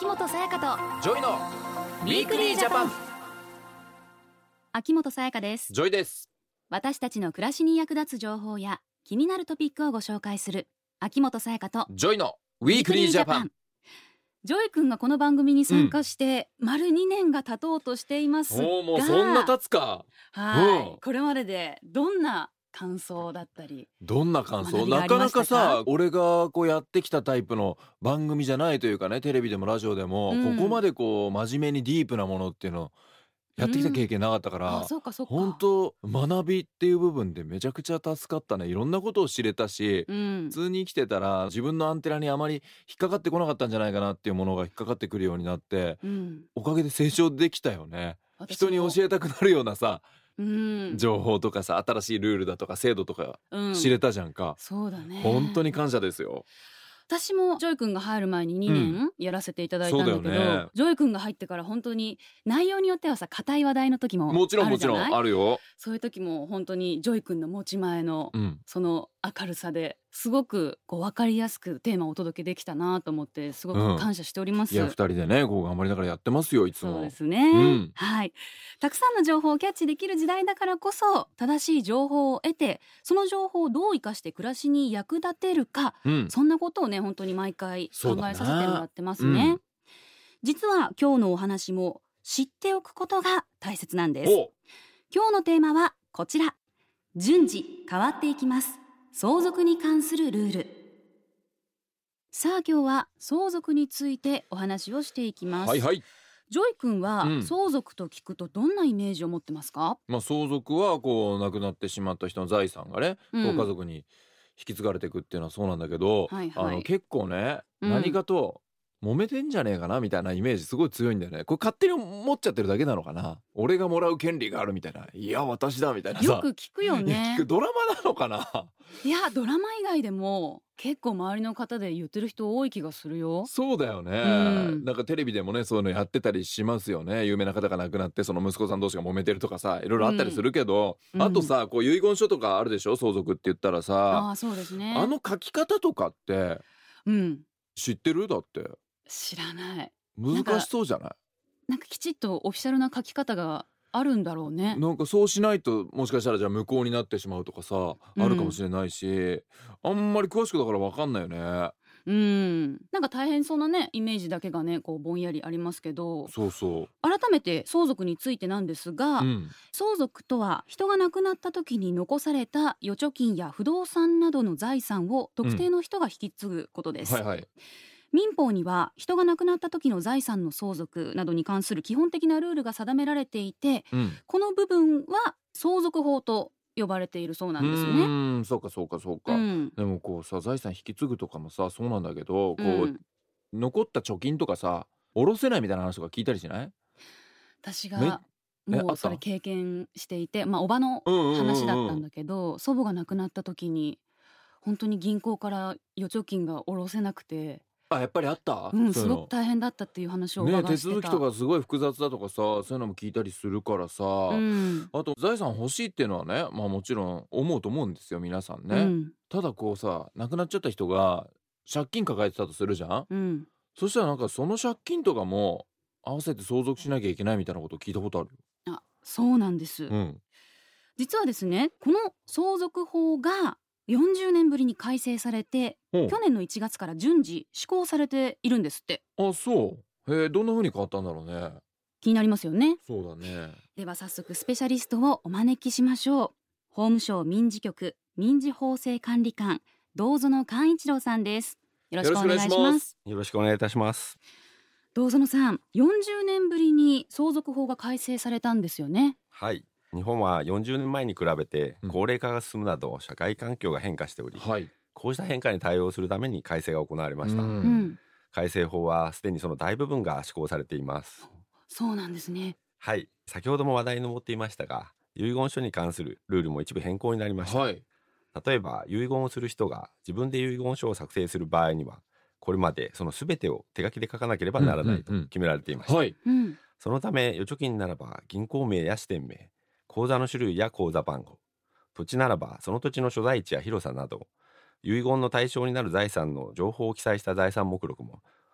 秋元才加とジョイのウィークリージャパン。 秋元才加です。 ジョイです。 私たちの暮らしに役立つ情報や気になるトピックをご紹介する秋元才加とジョイのウィークリージャパン。 ジョイ君がこの番組に参加して丸2年が経とうとしていますが、 もうそんな経つか。 はい、これまででどんな感想だったり、 どんな感想？ 学びがあなかなりましたか？ かさ、俺がこうやってきたタイプの番組じゃないというかね、テレビでもラジオでも、ここまでこう真面目にディープなものっていうのをやってきた経験なかったから、 そうかそうか。 本当学びっていう部分でめちゃくちゃ助かったね。いろんなことを知れたし、普通に生きてたら自分のアンテナにあまり引っかかってこなかったんじゃないかなっていうものが引っかかってくるようになって、おかげで成長できたよね。人に教えたくなるようなさ、情報とかさ、新しいルールだとか制度とか知れたじゃんか。 そうだね。 本当に感謝ですよ。 私もジョイ君が入る前に2年やらせていただいたんだけど、 そうだよね。 ジョイ君が入ってから本当に内容によってはさ、硬い話題の時もあるじゃない？ もちろんあるよ。 そういう時も本当にジョイ君の持ち前のその明るさですごくこう分かりやすくテーマをお届けできたなと思ってすごく感謝しております。 いや2人でねこう頑張りながらやってますよいつも。 そうですね、はい。たくさんの情報をキャッチできる時代だからこそ正しい情報を得てその情報をどう生かして暮らしに役立てるか、そんなことをね本当に毎回考えさせてもらってますね。実は今日のお話も知っておくことが大切なんです。今日のテーマはこちら。順次変わっていきます。相続に関するルール。さあ今日は相続についてお話をしていきます。ジョイ君は相続と聞くとどんなイメージを持ってますか？ 相続はこう亡くなってしまった人の財産がね、ご家族に引き継がれていくっていうのはそうなんだけど、結構ね、何かと揉めてんじゃねえかなみたいなイメージすごい強いんだよね。これ勝手に思っちゃってるだけなのかな。俺がもらう権利があるみたいな、いや私だみたいなさ、 よく聞くよね。 聞く。ドラマなのかな。 いやドラマ以外でも結構周りの方で言ってる人多い気がするよ。 そうだよね、なんかテレビでもねそういうのやってたりしますよね。有名な方が亡くなってその息子さん同士が揉めてるとかさ、いろいろあったりするけど、あとさこう遺言書とかあるでしょ、相続って言ったらさ。 そうですね。 あの書き方とかって知ってる？だって知らない。 難しそうじゃない？ なんかきちっとオフィシャルな書き方があるんだろうね。なんかそうしないともしかしたらじゃあ無効になってしまうとかさ、あるかもしれないし、あんまり詳しくだから分かんないよね。 なんか大変そうなねイメージだけがねこうぼんやりありますけど、 そうそう。 改めて相続についてなんですが、相続とは人が亡くなった時に残された預貯金や不動産などの財産を特定の人が引き継ぐことです。民法には人が亡くなった時の財産の相続などに関する基本的なルールが定められていて、この部分は相続法と呼ばれているそうなんですね。 そうかそうかそうか、でもこうさ財産引き継ぐとかもさそうなんだけど、こう残った貯金とかさ下ろせないみたいな話とか聞いたりしない？ 私がもうそれ経験していて、おばの話だったんだけど、祖母が亡くなった時に本当に銀行から預貯金が下ろせなくて、 やっぱりあった？ すごく大変だったっていう話をお伺いしてた。 手続きとかすごい複雑だとかさ、そういうのも聞いたりするからさ、あと財産欲しいっていうのはね、もちろん思うと思うんですよ皆さんね、ただこうさ亡くなっちゃった人が借金抱えてたとするじゃん、そしたらなんかその借金とかも合わせて相続しなきゃいけないみたいなことを聞いたことある。 そうなんです、実はですねこの相続法が40年ぶりに改正されて去年の1月から順次施行されているんですって。 そう。どんな風に変わったんだろうね。 気になりますよね。 そうだね。 では早速スペシャリストをお招きしましょう。法務省民事局民事法制管理官堂園寛一郎さんです。よろしくお願いします。 よろしくお願いいたします。 堂園さん、40年ぶりに相続法が改正されたんですよね。 はい、日本は40年前に比べて高齢化が進むなど社会環境が変化しており、こうした変化に対応するために改正が行われました。改正法はすでにその大部分が施行されています。 そうなんですね。 はい、先ほども話題に上っていましたが遺言書に関するルールも一部変更になりました。例えば遺言をする人が自分で遺言書を作成する場合にはこれまでその全てを手書きで書かなければならないと決められていました。そのため預貯金ならば銀行名や支店名、口座の種類や口座番号、土地ならばその土地の所在地や広さなど遺言の対象になる財産の情報を記載した財産目録も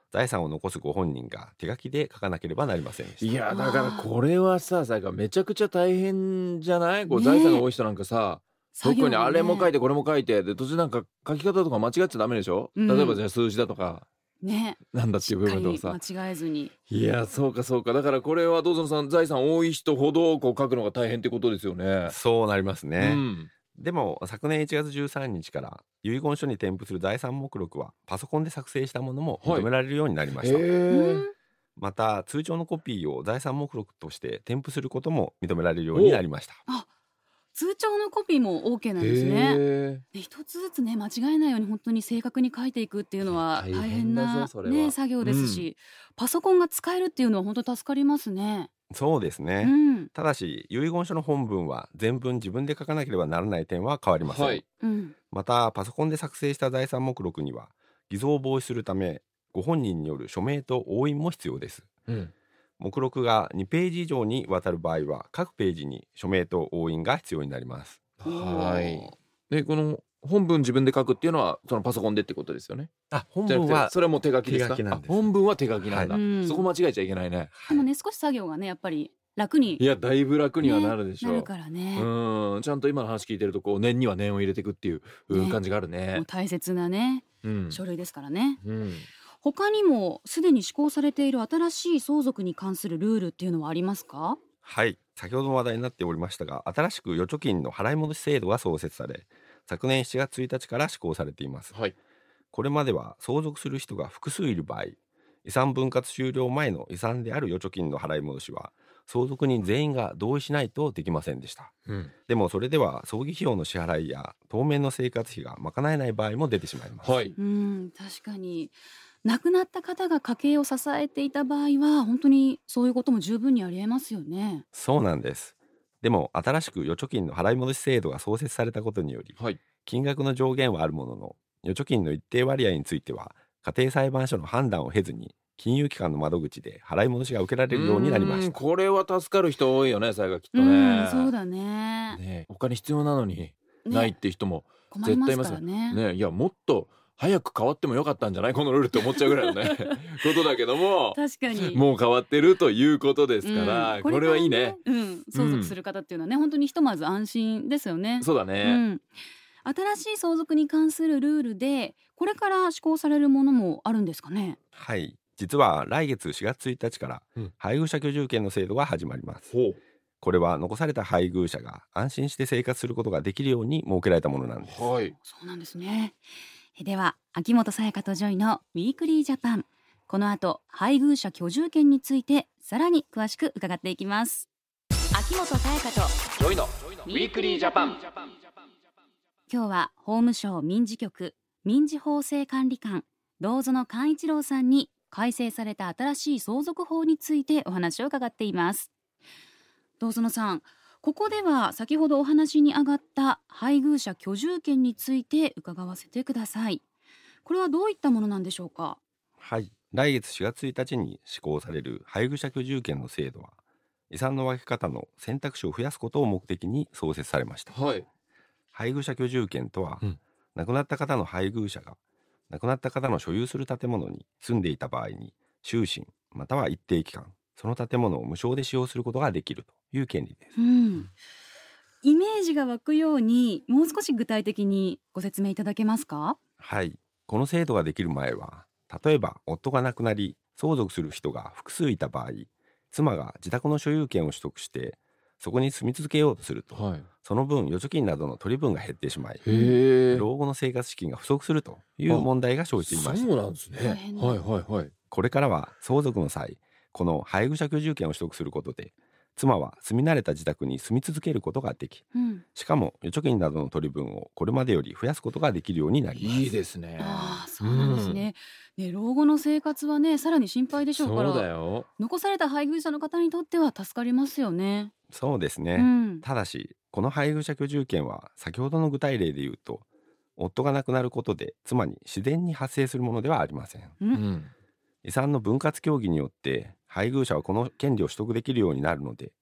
財産を残すご本人が手書きで書かなければなりませんでした。 いやだからこれはさめちゃくちゃ大変じゃない？こう財産が多い人なんかさ、特にあれも書いてこれも書いてで途中なんか書き方とか間違っちゃダメでしょ、例えばじゃあ数字だとかね、 なんだっていう部分とかさ間違えずに。 いやそうかだからこれは道園さん財産多い人ほどこう書くのが大変ってことですよね。 そうなりますね、でも昨年1月13日から遺言書に添付する財産目録はパソコンで作成したものも認められるようになりました、また通帳のコピーを財産目録として添付することも認められるようになりました。 通帳のコピーも OK なんですね。一つずつね間違えないように本当に正確に書いていくっていうのは大変な、ね、作業ですし、パソコンが使えるっていうのは本当助かりますね。 そうですね、ただし遺言書の本文は全文自分で書かなければならない点は変わりません、またパソコンで作成した財産目録には偽造を防止するためご本人による署名と押印も必要です、目録が2ページ以上にわたる場合は各ページに署名と押印が必要になります。 でこの本文自分で書くっていうのはそのパソコンでってことですよね。 本文はそれはもう手書きですか？本文は手書きなんだ、そこ間違えちゃいけないね。 でもね少し作業がねやっぱり楽に、 いやだいぶ楽にはなるでしょう、 なるからね。 ちゃんと今の話聞いてるとこう念には念を入れていくっていう感じがあるね。 もう大切なね、書類ですからね、他にもすでに施行されている新しい相続に関するルールっていうのはありますか？ はい、先ほども話題になっておりましたが新しく預貯金の払い戻し制度が創設され昨年7月1日から施行されています、これまでは相続する人が複数いる場合遺産分割終了前の遺産である預貯金の払い戻しは相続人全員が同意しないとできませんでした、でもそれでは葬儀費用の支払いや当面の生活費が賄えない場合も出てしまいます、 確かに亡くなった方が家計を支えていた場合は本当にそういうことも十分にありえますよね。 そうなんです。でも新しく預貯金の払い戻し制度が創設されたことにより、金額の上限はあるものの預貯金の一定割合については家庭裁判所の判断を経ずに金融機関の窓口で払い戻しが受けられるようになりました。 これは助かる人多いよね、それがきっとね。 そうだね。 お金必要なのにないって人も絶対いますね。いやもっと早く変わってもよかったんじゃないこのルールって思っちゃうぐらいのねことだけども確かにもう変わってるということですから、これはいいね。 相続する方っていうのはね、本当にひとまず安心ですよね。 そうだね、 新しい相続に関するルールでこれから施行されるものもあるんですかね。 はい、実は来月4月1日から配偶者居住権の制度が始まります、これは残された配偶者が安心して生活することができるように設けられたものなんです。 そうなんですね。では秋元才加とジョイのウィークリージャパン、この後配偶者居住権についてさらに詳しく伺っていきます。秋元才加とジョイのウィークリージャパン。 今日は法務省民事局民事法制管理官堂園寛一郎さんに改正された新しい相続法についてお話を伺っています。堂園さん、ここでは先ほどお話に上がった配偶者居住権について伺わせてください。これはどういったものなんでしょうか。 はい、来月4月1日に施行される配偶者居住権の制度は遺産の分け方の選択肢を増やすことを目的に創設されました、配偶者居住権とは、亡くなった方の配偶者が亡くなった方の所有する建物に住んでいた場合に終身または一定期間その建物を無償で使用することができるという権利です、 イメージが湧くようにもう少し具体的にご説明いただけますか。 はい、この制度ができる前は例えば夫が亡くなり相続する人が複数いた場合妻が自宅の所有権を取得してそこに住み続けようとすると、その分預貯金などの取り分が減ってしまい老後の生活資金が不足するという問題が生じていました。 そうなんですね。 これからは相続の際この配偶者居住権を取得することで妻は住み慣れた自宅に住み続けることができ、しかも預貯金などの取り分をこれまでより増やすことができるようになります。 いいですね。 そうなんですね。老後の生活はねさらに心配でしょうから、 そうだよ。 残された配偶者の方にとっては助かりますよね。 そうですね、ただしこの配偶者居住権は先ほどの具体例で言うと夫が亡くなることで妻に自然に発生するものではありません、遺産の分割協議によって配偶者はこの権利を取得できるようになるので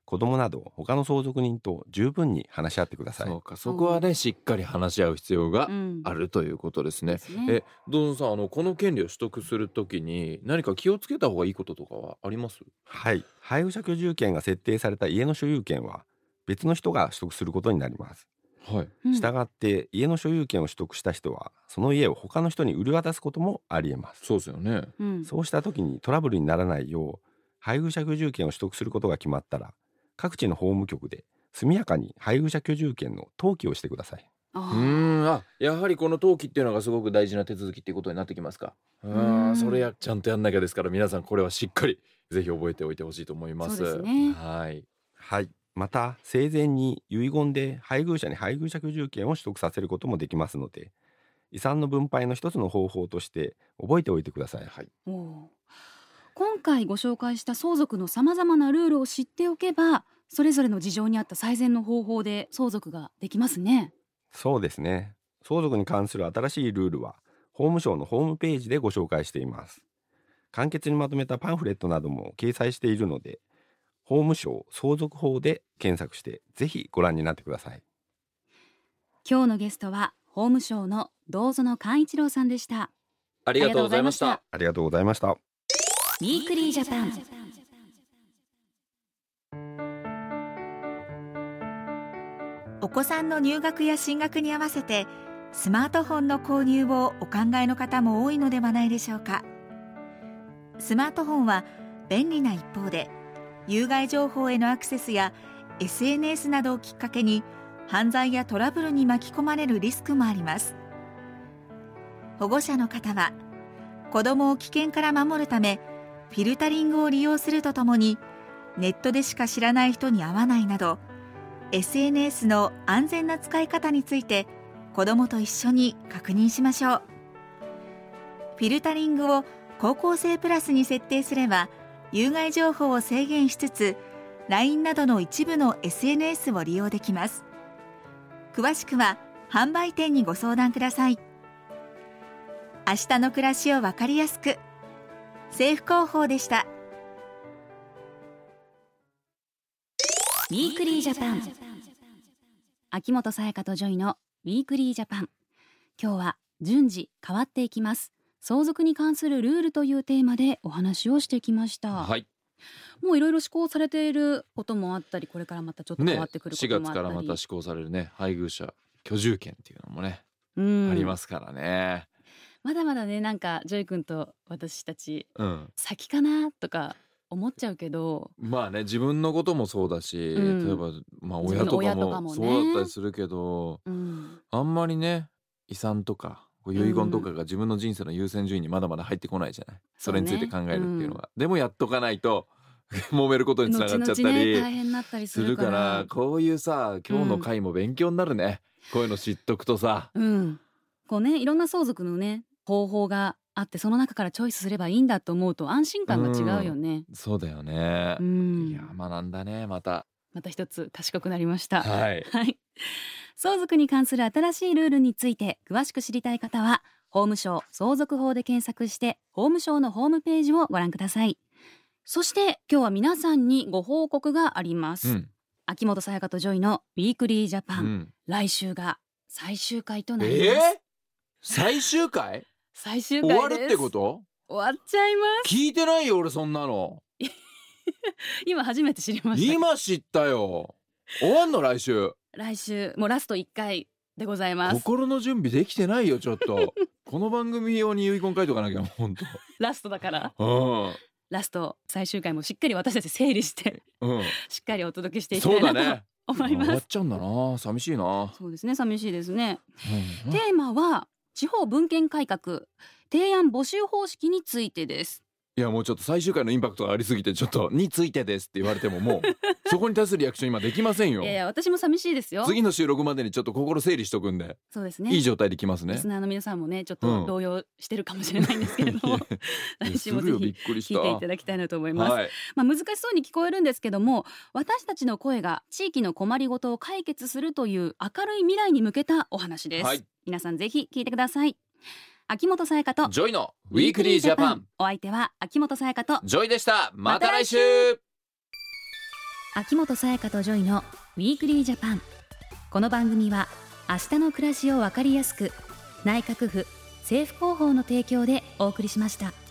子供など他の相続人と十分に話し合ってください。 そうか、そこはねしっかり話し合う必要があるということですね。どうぞさん、この権利を取得するときに何か気をつけた方がいいこととかはあります？ はい、配偶者居住権が設定された家の所有権は別の人が取得することになります。 はい。 したがって家の所有権を取得した人はその家を他の人に売り渡すこともありえます。 そうですよね。 そうした時にトラブルにならないよう配偶者居住権を取得することが決まったら各地の法務局で速やかに配偶者居住権の登記をしてください。 やはりこの登記っていうのがすごく大事な手続きっていうことになってきますか？それちゃんとやんなきゃですから、皆さんこれはしっかりぜひ覚えておいてほしいと思います。 そうですね。 はい。 また生前に遺言で配偶者に配偶者居住権を取得させることもできますので、遺産の分配の一つの方法として覚えておいてください。 今回ご紹介した相続のさまざまなルールを知っておけば、それぞれの事情に合った最善の方法で相続ができますね。 そうですね。相続に関する新しいルールは法務省のホームページでご紹介しています。簡潔にまとめたパンフレットなども掲載しているので、法務省相続法で検索してぜひご覧になってください。 今日のゲストは法務省の堂園寛一郎さんでした。 ありがとうございました。 ありがとうございました。 ウィークリージャパン。 お子さんの入学や進学に合わせてスマートフォンの購入をお考えの方も多いのではないでしょうか。スマートフォンは便利な一方で有害情報へのアクセスや SNS などをきっかけに犯罪やトラブルに巻き込まれるリスクもあります。保護者の方は子どもを危険から守るためフィルタリングを利用するとともに、ネットでしか知らない人に会わないなど SNS の安全な使い方について子どもと一緒に確認しましょう。フィルタリングを高校生プラスに設定すれば有害情報を制限しつつ LINE などの一部の SNS を利用できます。詳しくは販売店にご相談ください。明日の暮らしをわかりやすく、政府広報でした。 ウィークリージャパン。秋元才加とジョイのウィークリージャパン。今日は順次変わっていきます。相続に関するルールというテーマでお話をしてきました。もういろいろ施行されていることもあったり、これからまたちょっと変わってくることもあったり、 4月からまた施行されるね、配偶者居住権っていうのもね、ありますからね。 まだまだね、なんかジョイ君と私たち、先かなとか思っちゃうけど、 まあね、自分のこともそうだし、例えば、親とかもそうだったりするけど、あんまりね、遺産とか遺言とかが自分の人生の優先順位にまだまだ入ってこないじゃない。それについて考えるっていうのが、でもやっとかないと揉めることにつながっちゃったり大変になったりするから、こういうさ、今日の回も勉強になるね。こういうの知っとくとさ、 こうね、いろんな相続のね方法があって、その中からチョイスすればいいんだと思うと安心感が違うよね。 そうだよね。いや、学んだね。また一つ賢くなりました。 はい。 相続に関する新しいルールについて詳しく知りたい方は、法務省相続法で検索して法務省のホームページをご覧ください。そして今日は皆さんにご報告があります。秋元才加とジョイのウィークリージャパン、来週が最終回となります。 最終回？ 最終回です。 終わるってこと？ 終わっちゃいます。 聞いてないよ俺、そんなの。 今初めて知りました。 今知ったよ。終わんの？来週もうラスト1回でございます。 心の準備できてないよ、ちょっと。この番組用に遺言書いとかなきゃ。本当ラストだから。ラスト最終回もしっかり私たち整理して、しっかりお届けしていきたいなと思います。 終わっちゃうんだな。寂しいな。 そうですね、寂しいですね。テーマは地方分権改革提案募集方式についてです。 いや、もうちょっと最終回のインパクトがありすぎて、ちょっとについてですって言われてももうそこに対するリアクション今できませんよ。 いや私も寂しいですよ。 次の収録までにちょっと心整理しとくんで。そうですね、いい状態できますね。 リスナーの皆さんもね、ちょっと動揺してるかもしれないんですけれども、来週もぜひ聞いていただきたいなと思います。難しそうに聞こえるんですけども、私たちの声が地域の困りごとを解決するという明るい未来に向けたお話です。皆さんぜひ聞いてください。秋元才加とジョイのウィークリージャパン。 お相手は秋元才加とジョイでした。また来週。 秋元才加とジョイのウィークリージャパン。この番組は明日の暮らしをわかりやすく、内閣府政府広報の提供でお送りしました。